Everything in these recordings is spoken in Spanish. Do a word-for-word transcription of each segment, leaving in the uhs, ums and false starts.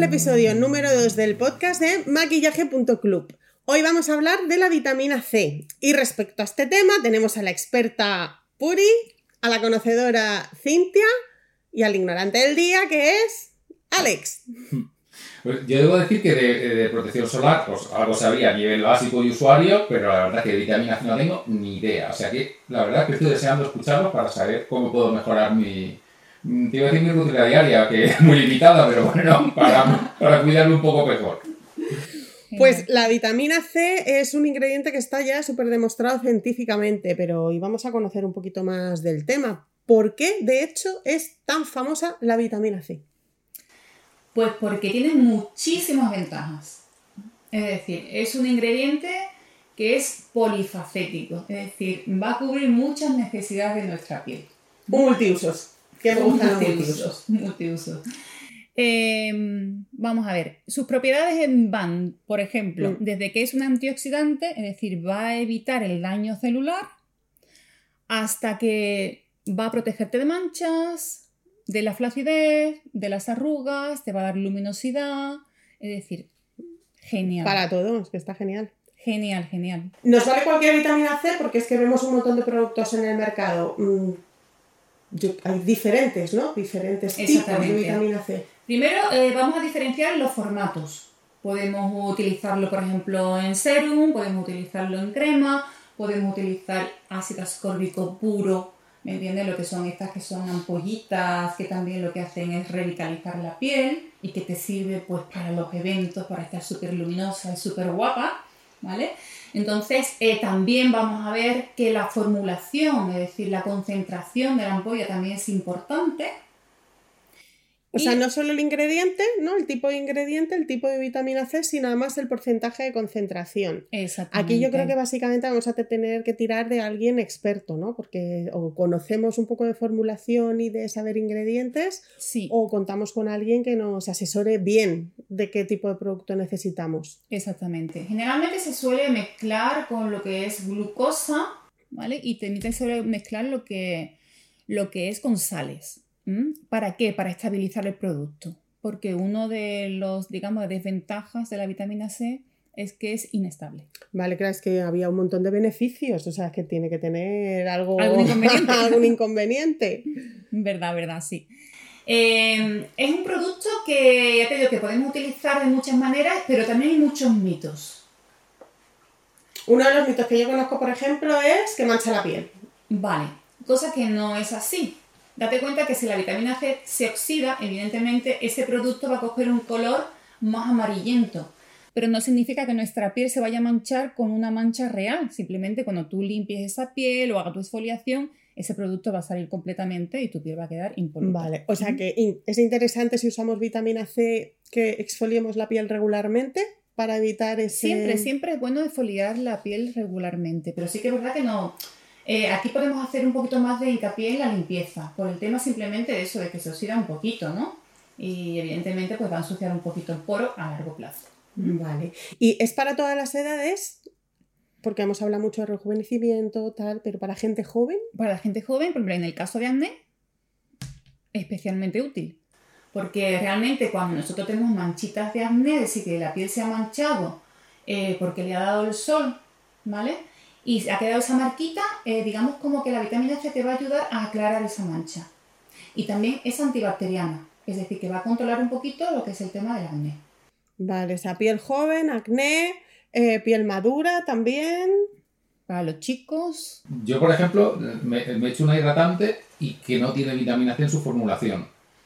episodio número dos del podcast de maquillaje punto club. Hoy vamos a hablar de la vitamina C. Y respecto a este tema tenemos a la experta Puri, a la conocedora Cintia y al ignorante del día, que es Alex. Pues yo debo decir que de, de protección solar, pues algo sabía a nivel básico y usuario, pero la verdad que de vitamina C no tengo ni idea. O sea que la verdad que estoy deseando escucharlo para saber cómo puedo mejorar mi... Te iba a decir mi rutina diaria, que es muy limitada, pero bueno, para, para cuidarme un poco mejor. Pues la vitamina C es un ingrediente que está ya súper demostrado científicamente, pero hoy vamos a conocer un poquito más del tema. ¿Por qué, de hecho, es tan famosa la vitamina C? Pues porque tiene muchísimas ventajas. Es decir, es un ingrediente que es polifacético, es decir, va a cubrir muchas necesidades de nuestra piel. Multiusos. Que me gustan los multiusos. multiusos. Eh, vamos a ver, sus propiedades van, por ejemplo, mm. desde que es un antioxidante, es decir, va a evitar el daño celular, hasta que va a protegerte de manchas, de la flacidez, de las arrugas, te va a dar luminosidad, es decir, genial. Para todos, que está genial. Genial, genial. Nos vale cualquier vitamina C porque es que vemos un montón de productos en el mercado. Mm. Yo, hay diferentes, ¿no? Diferentes tipos de vitamina C. Primero eh, vamos a diferenciar los formatos. Podemos utilizarlo, por ejemplo, en serum, podemos utilizarlo en crema, podemos utilizar ácido ascórbico puro, ¿me entiendes? Lo que son estas que son ampollitas, que también lo que hacen es revitalizar la piel y que te sirve pues para los eventos, para estar súper luminosa y súper guapa, ¿vale? Entonces, eh, también vamos a ver que la formulación, es decir, la concentración de la ampolla también es importante. O y... sea, no solo el ingrediente, ¿no? El tipo de ingrediente, el tipo de vitamina C, sino además el porcentaje de concentración. Exactamente. Aquí yo creo que básicamente vamos a tener que tirar de alguien experto, ¿no? Porque o conocemos un poco de formulación y de saber ingredientes, sí. o contamos con alguien que nos asesore bien de qué tipo de producto necesitamos. Exactamente. Generalmente se suele mezclar con lo que es glucosa, ¿vale? Y también se suele mezclar lo que, lo que es con sales. ¿Para qué? Para estabilizar el producto. Porque uno de los, digamos, desventajas de la vitamina C es que es inestable. Vale, claro, es que había un montón de beneficios, o sea, es que tiene que tener algo... ¿Algún inconveniente? algún inconveniente. Verdad, verdad, sí. Eh, es un producto que, ya te digo, que podemos utilizar de muchas maneras, pero también hay muchos mitos. Uno de los mitos que yo conozco, por ejemplo, es que mancha la piel. Vale, cosa que no es así. Date cuenta que si la vitamina C se oxida, evidentemente ese producto va a coger un color más amarillento. Pero no significa que nuestra piel se vaya a manchar con una mancha real. Simplemente cuando tú limpies esa piel o hagas tu exfoliación, ese producto va a salir completamente y tu piel va a quedar impoluta. Vale, o sea que es interesante si usamos vitamina C que exfoliemos la piel regularmente para evitar ese... Siempre, siempre es bueno exfoliar la piel regularmente, pero sí que es verdad que no... Eh, aquí podemos hacer un poquito más de hincapié en la limpieza, por el tema simplemente de eso, de que se oxida un poquito, ¿no? Y evidentemente pues va a ensuciar un poquito el poro a largo plazo. Vale. ¿Y es para todas las edades? Porque hemos hablado mucho de rejuvenecimiento, tal, pero para gente joven. Para la gente joven, por ejemplo, en el caso de acné, especialmente útil. Porque realmente cuando nosotros tenemos manchitas de acné, es decir, que la piel se ha manchado eh, porque le ha dado el sol, ¿vale? Y ha quedado esa marquita, eh, digamos como que la vitamina C te va a ayudar a aclarar esa mancha. Y también es antibacteriana, es decir, que va a controlar un poquito lo que es el tema del acné. Vale, esa piel joven, acné, eh, piel madura también. Para los chicos. Yo, por ejemplo, me, me he hecho una hidratante y que no tiene vitamina C en su formulación.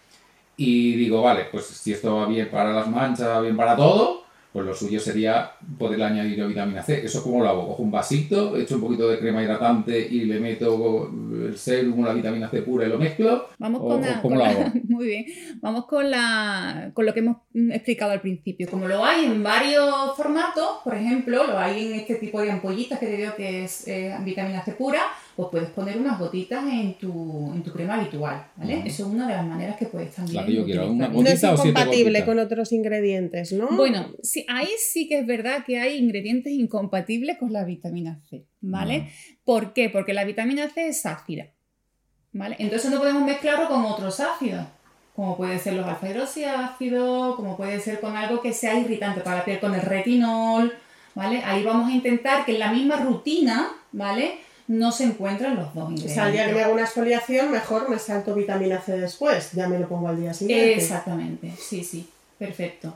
Y digo, vale, pues si esto va bien para las manchas, va bien para todo... pues lo suyo sería poderle añadir vitamina C. ¿Eso cómo lo hago? Cojo un vasito, echo un poquito de crema hidratante y le meto el serum, la vitamina C pura y lo mezclo. Vamos con la, ¿Cómo con lo la, hago? Muy bien. Vamos con, la, con lo que hemos explicado al principio. Como lo hay en varios formatos, por ejemplo, lo hay en este tipo de ampollitas que te digo que es eh, vitamina C pura, pues puedes poner unas gotitas en tu, en tu crema habitual, ¿vale? Uh-huh. Eso es una de las maneras que puedes también la que yo quiero, una no es incompatible con otros ingredientes, ¿no? Bueno, sí, ahí sí que es verdad que hay ingredientes incompatibles con la vitamina C, ¿vale? Uh-huh. ¿Por qué? Porque la vitamina C es ácida, ¿vale? Entonces no podemos mezclarlo con otros ácidos. como puede ser los alfa-hidroxiácidos, como puede ser con algo que sea irritante para la piel, con el retinol, ¿vale? Ahí vamos a intentar que en la misma rutina, ¿vale?, no se encuentran los dos ingredientes. O sea, al día que me hago una exfoliación, mejor me salto vitamina C después, ya me lo pongo al día siguiente. Exactamente, sí, sí, perfecto.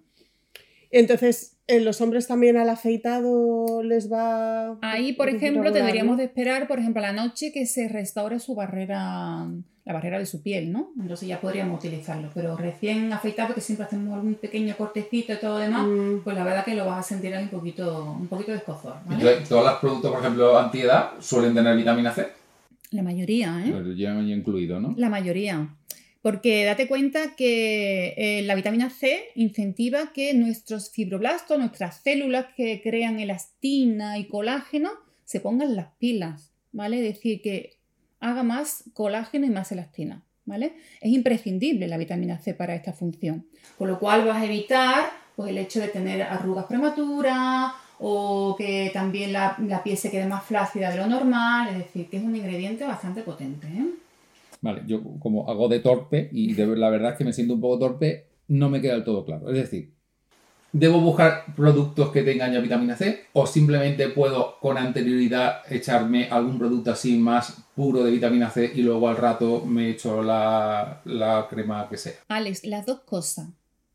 Entonces, ¿en los hombres también al afeitado les va...? Ahí, por ejemplo, regular, tendríamos ¿no? de esperar, por ejemplo, a la noche que se restaure su barrera, la barrera de su piel, ¿no? Entonces ya podríamos utilizarlo, pero recién afeitado, que siempre hacemos algún pequeño cortecito y todo lo demás, mm. pues la verdad que lo vas a sentir ahí un poquito, un poquito de escozor, ¿vale? ¿Todos los productos, por ejemplo, antiedad, suelen tener vitamina C? La mayoría, ¿eh? Pues ya incluido, ¿no? La mayoría. Porque date cuenta que eh, la vitamina C incentiva que nuestros fibroblastos, nuestras células que crean elastina y colágeno, se pongan las pilas, ¿vale? Es decir, que haga más colágeno y más elastina, ¿vale? Es imprescindible la vitamina C para esta función. Con lo cual vas a evitar pues, el hecho de tener arrugas prematuras o que también la, la piel se quede más flácida de lo normal. Es decir, que es un ingrediente bastante potente, ¿eh? Vale, yo como hago de torpe y de, la verdad es que me siento un poco torpe, no me queda del todo claro. Es decir, ¿debo buscar productos que tengan ya vitamina C o simplemente puedo con anterioridad echarme algún producto así más puro de vitamina C y luego al rato me echo la, la crema que sea? Alex, las dos cosas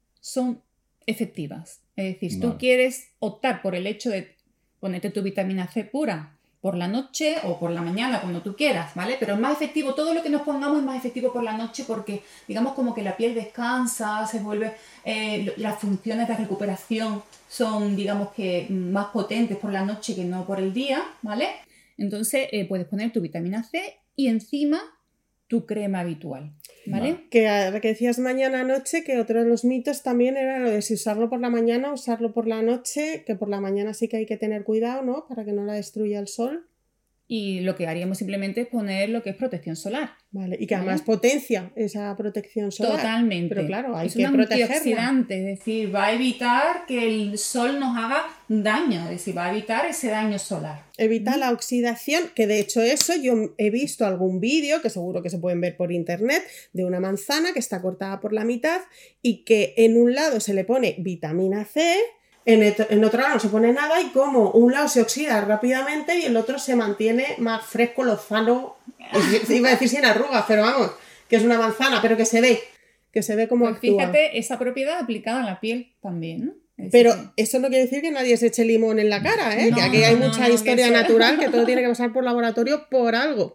son efectivas. Es decir, si vale. tú quieres optar por el hecho de ponerte tu vitamina C pura por la noche o por la mañana, cuando tú quieras, ¿vale? Pero es más efectivo, todo lo que nos pongamos es más efectivo por la noche porque, digamos, como que la piel descansa, se vuelve, eh, las funciones de recuperación son, digamos que, más potentes por la noche que no por el día, ¿vale? Entonces, eh, puedes poner tu vitamina C y encima tu crema habitual, ¿vale? Vale. Que, que decías mañana noche, que otro de los mitos también era lo de si usarlo por la mañana, usarlo por la noche, que por la mañana sí que hay que tener cuidado, ¿no? Para que no la destruya el sol. Y lo que haríamos simplemente es poner lo que es protección solar. Vale, y que ¿vale? además potencia esa protección solar. Totalmente. Pero claro, hay es que un protegerla. antioxidante, es decir, va a evitar que el sol nos haga daño, es decir, va a evitar ese daño solar. Evita ¿Mm? la oxidación, que de hecho eso yo he visto algún vídeo, que seguro que se pueden ver por internet, de una manzana que está cortada por la mitad y que en un lado se le pone vitamina C, En, et- en otro lado no se pone nada y como un lado se oxida rápidamente y el otro se mantiene más fresco, lozano, iba a decir sin arrugas, pero vamos, que es una manzana, pero que se ve, que se ve como Pues actúa. fíjate, esa propiedad aplicada a la piel también, ¿no? Es Pero decir, eso no quiere decir que nadie se eche limón en la cara, ¿eh? No, que aquí hay no, mucha no, que historia eso- natural, que todo tiene que pasar por laboratorio por algo.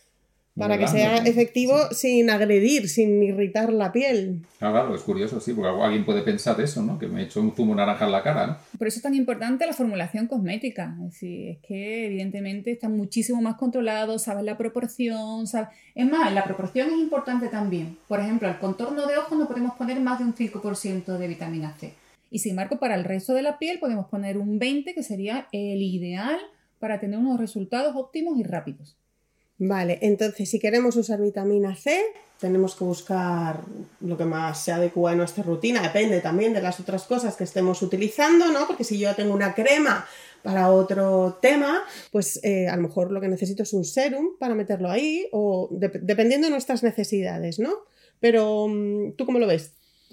Para que ¿Verdad? sea No, efectivo sí. sin agredir, sin irritar la piel. Claro, claro, es curioso, sí, porque alguien puede pensar eso, ¿no? Que me he hecho un zumo naranja en la cara, ¿no? Por eso es tan importante la formulación cosmética. Es decir, es que evidentemente está muchísimo más controlado, sabes la proporción, sabes... Es más, la proporción es importante también. Por ejemplo, al contorno de ojos no podemos poner más de un cinco por ciento de vitamina C. Y sin embargo, para el resto de la piel podemos poner un veinte por ciento, que sería el ideal para tener unos resultados óptimos y rápidos. Vale, entonces si queremos usar vitamina C, tenemos que buscar lo que más se adecua a nuestra rutina. Depende también de las otras cosas que estemos utilizando, ¿no? Porque si yo tengo una crema para otro tema, pues eh, a lo mejor lo que necesito es un serum para meterlo ahí, o de- dependiendo de nuestras necesidades, ¿no? Pero, mm, ¿tú cómo lo ves?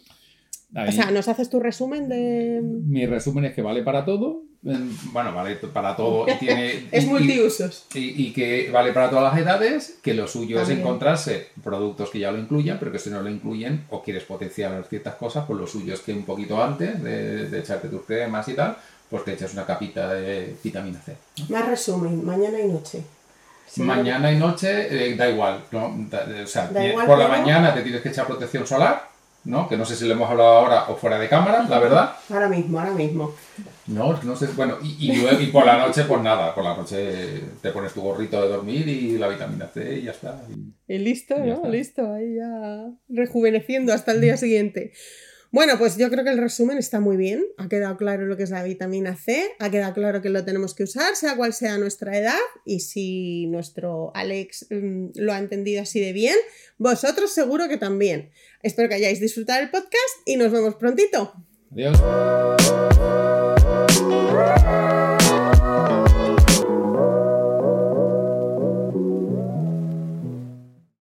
Ahí, O sea, ¿nos haces tu resumen de...? mi resumen es que vale para todo. eh, Bueno, vale para todo y tiene... Es y- multiusos. Y, y que vale para todas las edades, que lo suyo También. es encontrarse productos que ya lo incluyan, pero que si no lo incluyen o quieres potenciar ciertas cosas, pues lo suyo es que un poquito antes de, de echarte tus cremas y tal, pues te echas una capita de vitamina C. Más resumen, mañana y noche. Sí. Mañana y noche eh, da igual, ¿no? Da- o sea, Da bien, igual, por la pero- mañana te tienes que echar protección solar, ¿no? Que no sé si lo hemos hablado ahora o fuera de cámara, la verdad. Ahora mismo, ahora mismo. No, no sé, bueno, y, y, luego, y por la noche, pues nada, por la noche te pones tu gorrito de dormir y la vitamina C y ya está. Y- Y listo, Ya ¿no? está. Listo, ahí ya rejuveneciendo hasta el día siguiente. Bueno, pues yo creo que el resumen está muy bien. Ha quedado claro lo que es la vitamina C, ha quedado claro que lo tenemos que usar, sea cual sea nuestra edad, y si nuestro Alex mm, lo ha entendido así de bien, vosotros seguro que también. Espero que hayáis disfrutado el podcast y nos vemos prontito. Adiós.